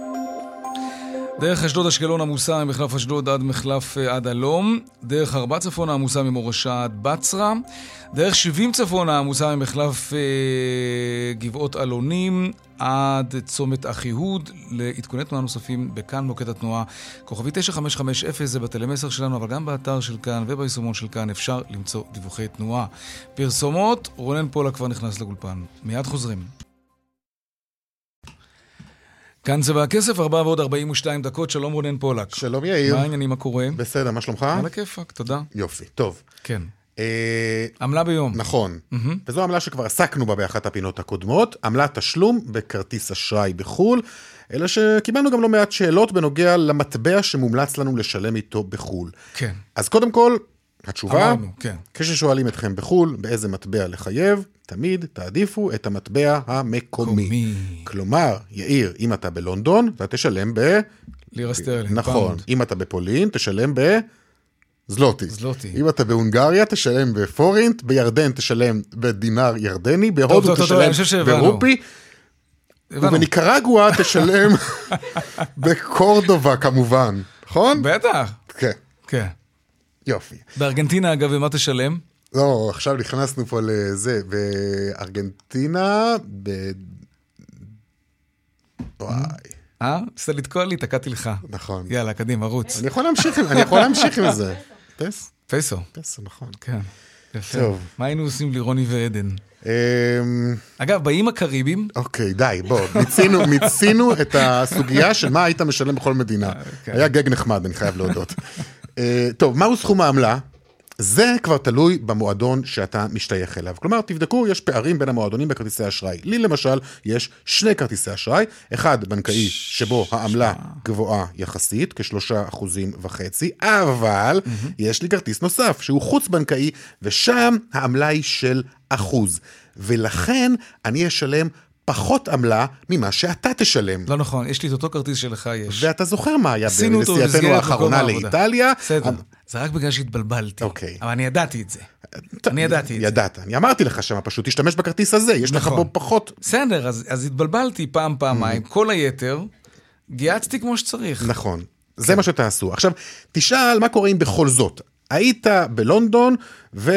דרך אשדוד אשקלון עמוסה ממחלף אשדוד עד מחלף עד הלום, דרך ארבע צפונה עמוסה ממורשה עד בצרה, דרך שבעים צפונה עמוסה ממחלף אה, גבעות אלונים עד צומת אחיהוד. לעדכוני תנועה נוספים בכאן מוקד התנועה כוכבי תשע חמש חמש אפס, זה בטלמסר שלנו, אבל גם באתר של כאן וביישומון של כאן אפשר למצוא דיווחי תנועה. פרסומות, רונן פולק כבר נכנס לגולפן. מיד חוזרים. כאן צבע הכסף, ארבע ועוד ארבעים ושתיים דקות. שלום רונן פולק. שלום יאיר. מה העניינים, מה קורה? בסדר, מה שלומך? על הכיפק, תודה. יופי, טוב. כן. אה... עמלה ביום. נכון. Mm-hmm. וזו עמלה שכבר עסקנו בה באחת הפינות הקודמות, עמלת תשלום בכרטיס אשראי בחול, אלא שקיבלנו גם לא מעט שאלות בנוגע למטבע שמומלץ לנו לשלם איתו בחול. כן. אז קודם כל, התשובה, אמרנו, כן. כששואלים אתכם בחול, באיזה מטבע לחייב, תמיד תעדיפו את המטבע המקומי. קומי. כלומר, יאיר, אם אתה בלונדון, אתה תשלם ב... לירה סטרלינג. נכון. פאונד. אם אתה בפולין, תשלם ב... זלוטי. זלוטי. אם אתה בהונגריה, תשלם בפורינט, בירדן תשלם בדינר ירדני, בהודו תשלם ברופי, ובניקרגואה תשלם בקורדובה כמובן. נכון? בטח. כן. כן. יופי. בארגנטינה, אגב, ומה תשלם? לא, עכשיו נכנסנו פה לזה, בארגנטינה, ב... וואי. אה? עשתה לתקוע לי, תקעתי לך. נכון. יאללה, קדימה, רוץ. אני יכול להמשיך, אני יכול להמשיך עם זה. פס? פסו. פסו, נכון. כן. יפה. טוב. מה היינו עושים בלי רוני ועדן? אגב, באים הקריבים? אוקיי, די, בוא. מיצינו, מיצינו את הסוגיה של מה היית משלם בכל מדינה. היה גג נחמד, אני חייב להודות. טוב, מהו סכום העמלה? זה כבר תלוי במועדון שאתה משתייך אליו. כלומר, תבדקו, יש פערים בין המועדונים בכרטיסי אשראי. לי למשל, יש שני כרטיסי אשראי, אחד בנקאי שבו העמלה גבוהה יחסית, כשלושה אחוזים וחצי, אבל יש לי כרטיס נוסף, שהוא חוץ בנקאי, ושם העמלה היא של אחוז. ולכן אני אשלם פחות עמלה ממה שאתה תשלם. לא נכון, יש לי את אותו כרטיס שלך יש. ואתה זוכר מה היה בנסיעתנו האחרונה לאיטליה? בסדר, זה רק בגלל שהתבלבלתי. אוקיי. אבל אני ידעתי את זה. אני ידעתי את זה. ידעת, אני אמרתי לך שמה, פשוט תשתמש בכרטיס הזה, יש לך פה פחות. בסדר, אז התבלבלתי פעם פעמיים, כל היתר, גייצתי כמו שצריך. נכון, זה מה שתעשו. עכשיו, תשאל מה קורה אם בכל זאת. היית בלונדון ו,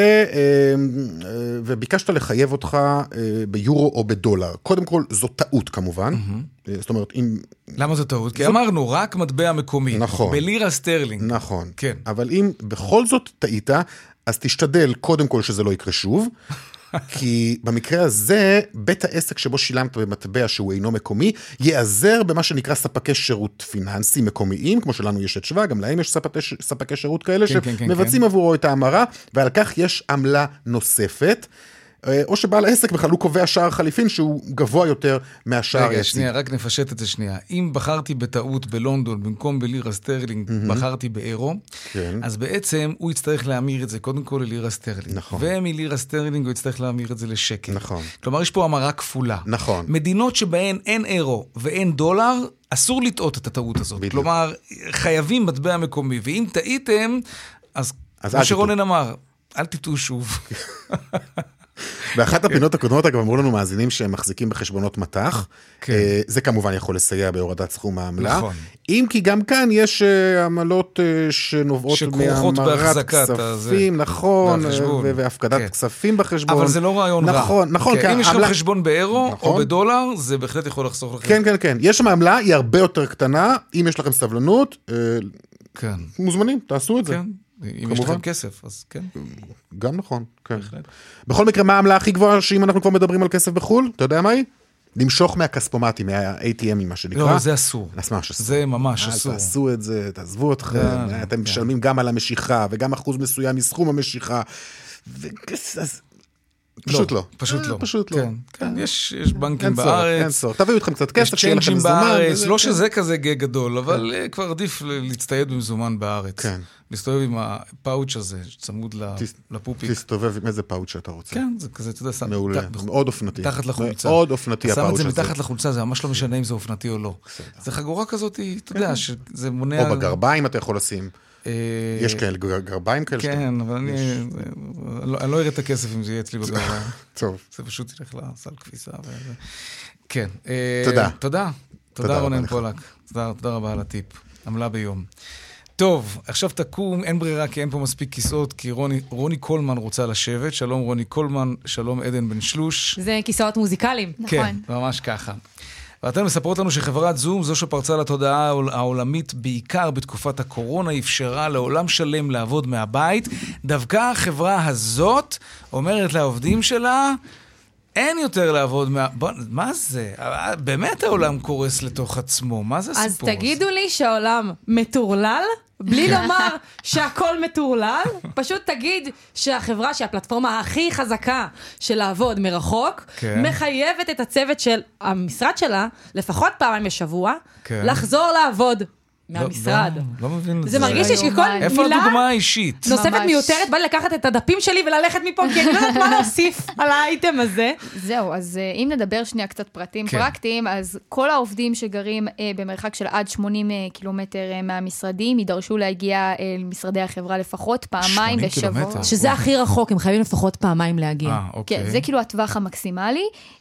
וביקשת לחייב אותך ביורו או בדולר. קודם כל, זו טעות כמובן. זאת אומרת, אם... למה זו טעות? כי אמרנו, רק מטבע מקומי. נכון. בלירה סטרלינג. נכון. כן. אבל אם בכל זאת טעית, אז תשתדל קודם כל שזה לא יקרה שוב. כי במקרה הזה, בית העסק שבו שילמת במטבע שהוא אינו מקומי, יעזר במה שנקרא ספקי שירות פיננסי מקומיים, כמו שלנו יש את שווה, גם להם יש ספקי, ספקי שירות כאלה כן, שמבצעים כן, כן. עבורו את ההמרה, ועל כך יש עמלה נוספת, או שבעל העסק בכלל הוא קובע שער חליפין שהוא גבוה יותר מהשער. רגע, שנייה, רק נפשט את זה שנייה. אם בחרתי בטעות בלונדון, במקום בלירה סטרלינג, mm-hmm. בחרתי באירו, כן. אז בעצם הוא יצטרך להמיר את זה קודם כל ללירה סטרלינג. נכון. ומלירה סטרלינג הוא יצטרך להמיר את זה לשקל. נכון. כלומר, יש פה המרה כפולה. נכון. מדינות שבהן אין אירו ואין דולר, אסור לטעות את הטעות הזאת. בדיוק. כלומר, חייבים מטבע מקומי. ואם טעיתם, אז, אז כמו שרונן אמר, אל תטעו שוב. באחת הפינות הקודמות, אגב, אמרו לנו מאזינים שהם מחזיקים בחשבונות מתח. זה כמובן יכול לסייע בהורדת סכום העמלה. אם כי גם כאן יש עמלות שנובעות מהמרת כספים, נכון, והפקדת כספים בחשבון. אבל זה לא רעיון רע. נכון, נכון. אם יש לך חשבון באירו או בדולר, זה בהחלט יכול לחסוך לכם. כן, כן, כן. יש שם עמלה, היא הרבה יותר קטנה. אם יש לכם סבלנות, מוזמנים, תעשו את זה. אם יש לכם כסף, אז כן. גם נכון, כן. בכל מקרה, מה העמלה הכי גבוהה שאם אנחנו כבר מדברים על כסף בחול? אתה יודע מה היא? למשוך מהכספומטים, מה-איי טי אם, מה שנקרא. לא, זה אסור. זה ממש אסור. תעשו את זה, תעזבו אתכם, אתם משלמים גם על המשיכה, וגם אחוז מסוים מסכום המשיכה. פשוט לא. פשוט לא. פשוט לא. כן, יש בנקים בארץ. אין צורך, תביאו אתכם קצת כסף, שיהיה לכם מזומן. לא שזה כזה גדול, אבל כבר עדיף להצטייד במזומן בארץ. כן. להסתובב עם הפאוץ' הזה, שצמוד לפופיק. תסתובב עם איזה פאוץ' שאתה רוצה. כן, זה כזה, אתה יודע, מעולה, מאוד אופנתי. מתחת לחולצה. מאוד אופנתי הפאוץ' הזה. שם את זה מתחת לחולצה, זה ממש לא משנה אם זה אופנתי או לא. זה חגורה כזאת, אתה יודע, שזה מונע... או בגרביים אתה יכול לשים. יש כאלה גרביים כאלה? כן, אבל אני לא אראה את הכסף אם זה יהיה אצלי בגרביים. טוב. זה פשוט ילך לסל כביסה. כן. תודה. תודה. תודה רונן פולק. תודה רבה על הטיפ. עמלה ביום. טוב, עכשיו תקום, אין ברירה כי אין פה מספיק כיסאות, כי רוני, רוני קולמן רוצה לשבת. שלום רוני קולמן, שלום עדן בן שלוש. זה כיסאות מוזיקליים. כן, נכון. ממש ככה. ואתן מספרות לנו שחברת זום, זו שפרצה לתודעה העולמית בעיקר בתקופת הקורונה, אפשרה לעולם שלם לעבוד מהבית. דווקא החברה הזאת אומרת לעובדים שלה, אין יותר לעבוד מה... בוא, מה זה? באמת העולם קורס לתוך עצמו. מה זה הסיפור? אז תגידו לי שהעולם מטורלל, בלי לומר שהכל מטורלל, פשוט תגיד שהחברה, שהפלטפורמה הכי חזקה של לעבוד מרחוק, כן. מחייבת את הצוות של המשרד שלה, לפחות פעמיים בשבוע, כן. לחזור לעבוד. מהמשרד. לא, לא מבין את זה. זה מרגיש לי שכל מילה... איפה הדוגמה האישית? נוספת מיותרת, בא לי לקחת את הדפים שלי וללכת מפה, כי אני לא יודעת מה להוסיף על האייטם הזה. זהו, אז אם נדבר שנייה קצת פרטים פרקטיים, אז כל העובדים שגרים במרחק של עד שמונים קילומטר מהמשרדים, יידרשו להגיע למשרדי החברה לפחות פעמיים בשבוע. שזה הכי רחוק, הם חייבים לפחות פעמיים להגיע. כן, זה כאילו הטווח המקסימלי.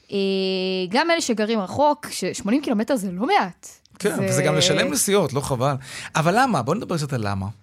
גם אלה שגרים רחוק, ש-שמונים קילומטר זה לא מעט. כן, וזה גם לשלם נסיעות, לא חבל. אבל למה? בוא נדבר קצת על למה.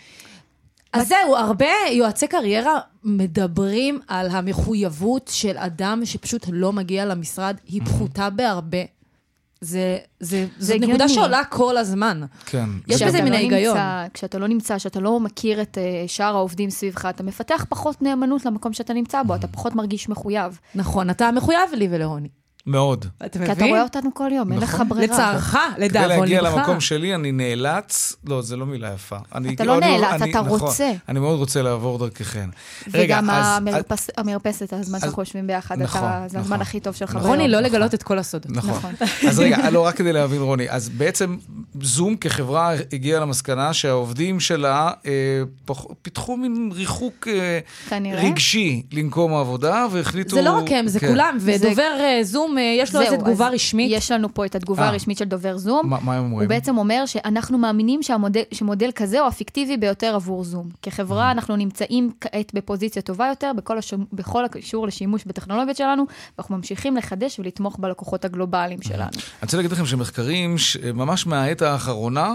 אז זהו, הרבה יועצי קריירה מדברים על המחויבות של אדם שפשוט לא מגיע למשרד, היא פחותה בהרבה. זה, זה, זה נקודה שעולה כל הזמן. כן. יש בזה מן ההיגיון. כשאתה לא נמצא, שאתה לא מכיר את שאר העובדים סביבך, אתה מפתח פחות נאמנות למקום שאתה נמצא בו, אתה פחות מרגיש מחויב. נכון, אתה מחויב לי ולרוני. מאוד. אתה מבין? כי אתה רואה אותנו כל יום, אין לך ברירה. לצערך, לדאבון לבך. כדי להגיע לבך. למקום שלי, אני נאלץ, לא, זה לא מילה יפה. אתה לא נאלץ, אתה רוצה. אני מאוד רוצה לעבור דרככן. וגם המרפסת, הזמן שאנחנו יושבים ביחד, זה הזמן הכי טוב שלך. רוני, לא לגלות את כל הסודות. נכון. אז רגע, לא, רק כדי להבין, רוני, אז בעצם זום כחברה הגיעה למסקנה שהעובדים שלה פיתחו מין ריחוק רגשי למקום העבודה, והחליטו... זה לא רק הם, זה כולם, ודובר זום יש לו איזו תגובה רשמית. יש לנו פה את התגובה הרשמית של דובר זום. מה הם אומרים? הוא בעצם אומר שאנחנו מאמינים שמודל כזה הוא אפקטיבי ביותר עבור זום. כחברה אנחנו נמצאים כעת בפוזיציה טובה יותר, בכל הקשור לשימוש בטכנולוגיות שלנו, ואנחנו ממשיכים לחדש ולתמוך בלקוחות הגלובליים שלנו. אני רוצה להגיד לכם שמחקרים, ממש מהעת האחרונה,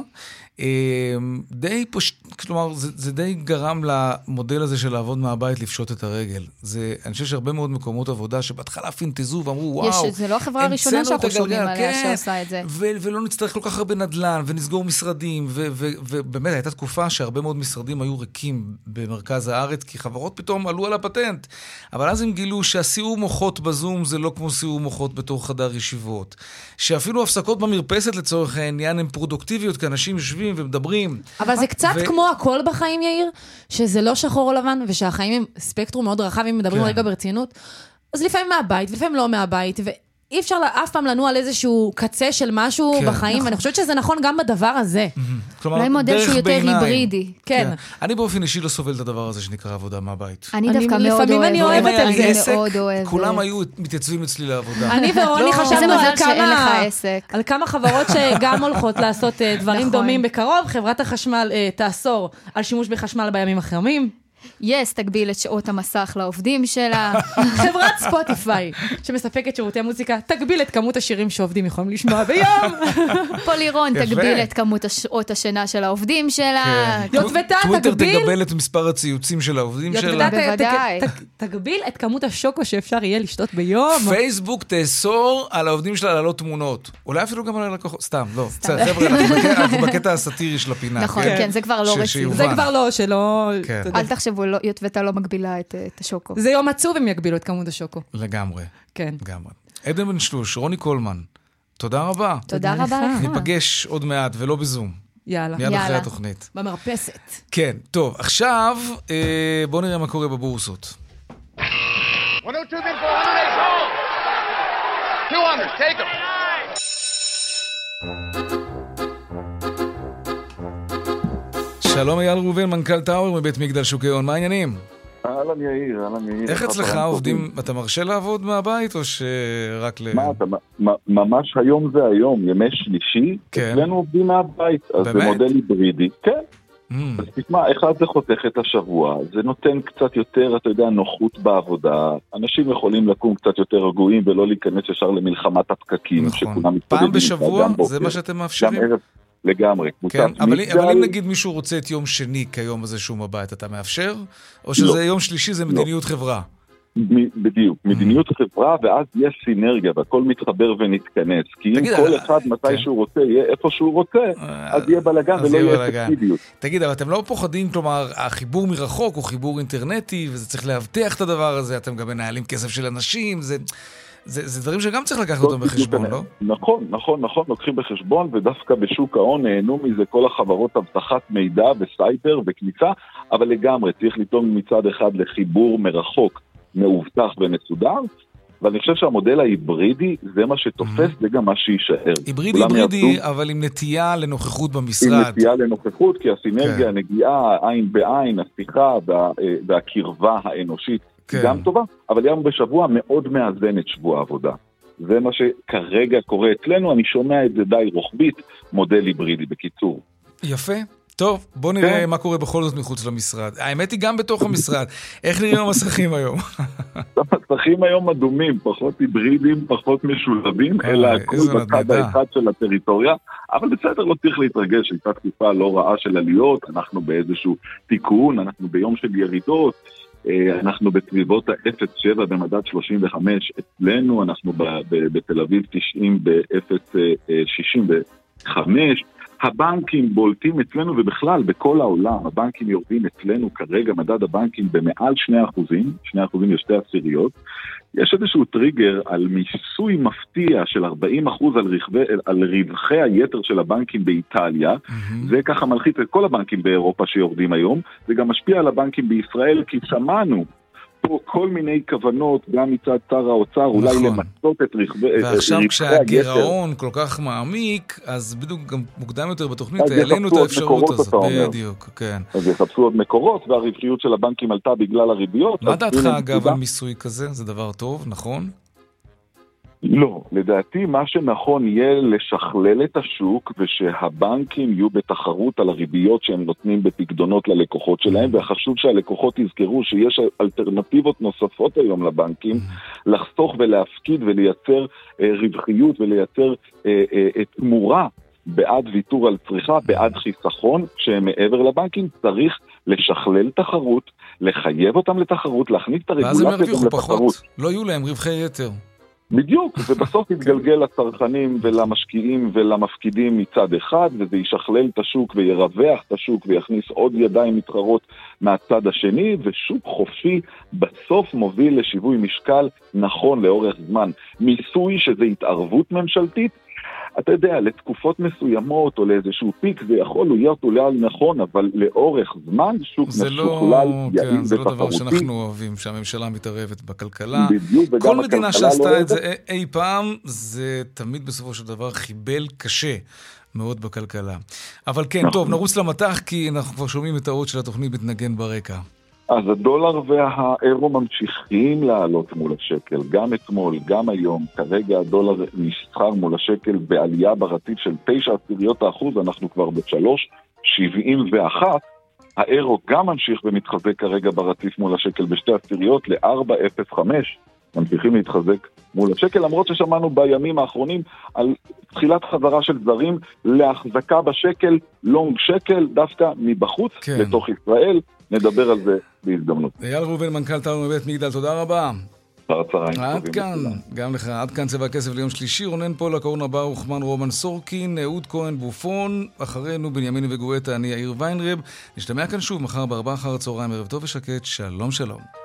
די פשוט, כלומר, זה, זה די גרם למודל הזה של לעבוד מהבית לפשוט את הרגל. זה, אני חושב שהרבה מאוד מקומות עבודה שבהתחלה פינטזו ואמרו, וואו, יש, זה לא החברה הראשונה שאנחנו שומעים עליה כן, שעושה את זה. ו- ולא נצטרך כל כך הרבה נדל"ן, ונסגור משרדים, ו- ו- ובאמת הייתה תקופה שהרבה מאוד משרדים היו ריקים במרכז הארץ, כי חברות פתאום עלו על הפטנט. אבל אז הם גילו שהסיעור מוחות בזום זה לא כמו סיעור מוחות בתור חדר ישיבות. שאפילו הפסקות במרפסת לצורך העניין הן פרודוקטיביות, כי אנשים יושבים ומדברים. אבל זה קצת ו... כמו הכל בחיים, יאיר, שזה לא שחור או לבן, ושהחיים הם ספקטרום מאוד רחב, אם מדברים כן. רגע ברצינות. אז לפעמים מהבית, ולפעמים לא מהבית, ואי אפשר אף פעם לנו על איזשהו קצה של משהו כן. בחיים, נכון. ואני חושבת שזה נכון גם בדבר הזה. כלומר, אולי מודל שהוא יותר היברידי. כן. כן. אני באופן אישי לא סובל את הדבר הזה שנקרא עבודה מהבית. אני דווקא מאוד אוהבת. אני אוהבת את זה. מאוד אוהבת. כולם היו מתייצבים אצלי לעבודה. אני ורוני חשבנו על כמה חברות שגם הולכות לעשות דברים דומים בקרוב. חברת החשמל תאסור על שימוש בחשמל בימים החמים. יס, תגביל את שעות המסך לעובדים שלה. חברת ספוטיפיי, שמספקת שירותי מוזיקה, תגביל את כמות השירים שעובדים יכולים לשמוע ביום. פולירון, תגביל את כמות שעות השינה של העובדים שלה. יוטבתה, טוויטר תגבל את מספר הציוצים של העובדים שלה. בוודאי. תגביל את כמות השוקו שאפשר יהיה לשתות ביום. פייסבוק תאסור על העובדים שלה לעלות תמונות. אולי אפילו גם על הלקוחות. סתם, לא. חבר'ה, אנחנו בקטע הסאטירי של הפינה. נכון, כן, זה כבר לא רציני. זה כבר לא, שלא... אל תחשבו, יוטבתה לא מגבילה את השוקו. זה יום עצוב אם יגבילו את כמות השוקו. לגמרי. כן. לגמרי. עדן בן שלוש, רוני קולמן, תודה רבה. תודה רבה לך. ניפגש עוד מעט ולא בזום. יאללה. מיד אחרי התוכנית. במרפסת. כן, טוב, עכשיו בואו נראה מה קורה בבורסות. שלום אייל ראובן, מנכ"ל טאוור מבית מגדל שוק ההון, מה העניינים? אהלן יאיר, אהלן יאיר. איך אצלך עובדים, אתה מרשה לעבוד מהבית או שרק ל... מה, אתה, ממש היום זה היום, ימי שלישי, אצלנו עובדים מהבית, אז זה מודל היברידי, כן. אז תשמע, אחד זה חותך את השבוע, זה נותן קצת יותר, אתה יודע, נוחות בעבודה, אנשים יכולים לקום קצת יותר רגועים ולא להיכנס ישר למלחמת הפקקים, נכון, פעם בשבוע, זה מה שאתם מאפשרים? לגמרי. כן, אבל, אבל אם נגיד מישהו רוצה את יום שני כיום הזה שהוא מבית, אתה מאפשר? או שזה לא. יום שלישי זה מדיניות לא. חברה? בדיוק, מדיניות חברה, ואז יש סינרגיה, והכל מתחבר ונתכנס. כי אם כל אחד מתי שהוא רוצה, יהיה איפה שהוא רוצה, אז יהיה בלגן ולא יהיה אפקטיביות. תגיד, אבל אתם לא פוחדים, כלומר, החיבור מרחוק הוא חיבור אינטרנטי, וזה צריך להבטיח את הדבר הזה, אתם גם מנהלים כסף של אנשים, זה... זה, זה דברים שגם צריך לקחת אותם בחשבון, לא? נכון, נכון, נכון, לוקחים בחשבון, ודווקא בשוק ההון נהנו מזה כל החברות הבטחת מידע וסייבר וכניסה, אבל לגמרי צריך לטעון מצד אחד לחיבור מרחוק, מאובטח ומסודר, ואני חושב שהמודל ההיברידי זה מה שתופס, זה גם מה שישאר. היברידי היברידי, אבל עם נטייה לנוכחות במשרד. עם נטייה לנוכחות, כי הסינרגיה, הנגיעה, עין בעין, השיחה והקרבה האנושית, גם טובה, אבל יום בשבוע מאוד מאזנת שבוע עבודה. זה מה שכרגע קורה אצלנו, אני שומע את זה די רוחבית, מודל היברידי בקיצור. יפה. טוב, בוא נראה מה קורה בכל זאת מחוץ למשרד. האמת היא גם בתוך המשרד. איך נראים המסכים היום? המסכים היום אדומים, פחות היברידים, פחות משולבים, אלא הכל בצד האחד של הטריטוריה. אבל בסדר, לא צריך להתרגש, הייתה תקופה לא רעה של עליות, אנחנו באיזשהו תיקון, אנחנו ביום של ירידות, אנחנו בסביבות ה-אפס נקודה שבע במדד שלושים וחמש אצלנו, אנחנו בתל אביב תשעים ב-אפס נקודה שישים וחמש, הבנקים בולטים אצלנו ובכלל בכל העולם, הבנקים יורדים אצלנו כרגע, מדד הבנקים במעל שני אחוזים, שני אחוזים יש שתי עשיריות, יש איזשהו טריגר על מיסוי מפתיע של ארבעים אחוז על, רכבי, על רווחי היתר של הבנקים באיטליה, mm-hmm. זה ככה מלחיץ את כל הבנקים באירופה שיורדים היום, זה גם משפיע על הבנקים בישראל, כי שמענו פה כל מיני כוונות, גם מצד שר האוצר, נכון. אולי למצות את רכבי היתר. ועכשיו כשהגירעון כל כך מעמיק, אז בדיוק גם מוקדם יותר בתוכנית, העלינו את האפשרות הזאת. בדיוק, כן. אז יחפשו עוד מקורות, והרווחיות של הבנקים עלתה בגלל הריביות. מה דעתך אגב על מיסוי כזה? זה דבר טוב, נכון? לא, לדעתי מה שנכון יהיה לשכלל את השוק ושהבנקים יהיו בתחרות על הריביות שהם נותנים בפקדונות ללקוחות שלהם, והחשוב שהלקוחות יזכרו שיש אלטרנטיבות נוספות היום לבנקים לחסוך ולהפקיד ולייצר אה, רווחיות ולייצר אה, אה, תמורה בעד ויתור על צריכה, בעד חיסכון, שמעבר לבנקים צריך לשכלל תחרות, לחייב אותם לתחרות, להכניס את הרגולציה גם לתחרות. ואז הם הרוויחו פחות, לא יהיו להם רווחי יתר. בדיוק, ובסוף יתגלגל לצרכנים ולמשקיעים ולמפקידים מצד אחד, וזה ישכלל את השוק וירווח את השוק ויכניס עוד ידיים מתחרות מהצד השני, ושוק חופשי בסוף מוביל לשיווי משקל נכון לאורך זמן. מיסוי שזה התערבות ממשלתית, אתה יודע, לתקופות מסוימות או לאיזשהו פיק זה יכול להיות אולי נכון, אבל לאורך זמן שוק משוכלל, לא, יעיל כן, זה לא דבר שאנחנו אוהבים, שהממשלה מתערבת בכלכלה. בדיוק, כל מדינה שעשתה לא את זה אי, אי פעם, זה תמיד בסופו של דבר חיבל קשה מאוד בכלכלה. אבל כן, נכון. טוב, נרוץ למתח, כי אנחנו כבר שומעים את האות של התוכנית מתנגן ברקע. אז הדולר והאירו ממשיכים לעלות מול השקל, גם אתמול, גם היום, כרגע הדולר נסחר מול השקל בעלייה ברציף של תשע עשיריות האחוז, אנחנו כבר ב-שלוש שבעים ואחת, האירו גם ממשיך ומתחזק כרגע ברציף מול השקל בשתי עשיריות ל-ארבע נקודה אפס חמש, ממשיכים להתחזק מול השקל, למרות ששמענו בימים האחרונים על תחילת חזרה של זרים להחזקה בשקל, לונג שקל, דווקא מבחוץ כן. לתוך ישראל, נדבר על זה בהזדמנות. אייל ראובן, מנכ"ל טאוב מבית מגדל, תודה רבה. עד כאן, גם לך, עד כאן צבע הכסף ליום שלישי, רונן פולה, קורנה ברוך, מן רומן סורקין, אהוד כהן בופון, אחרינו בנימין וגואטה, אני יאיר ויינרב, נשתמע כאן שוב מחר בארבע אחר הצהריים, ערב טוב ושקט, שלום שלום.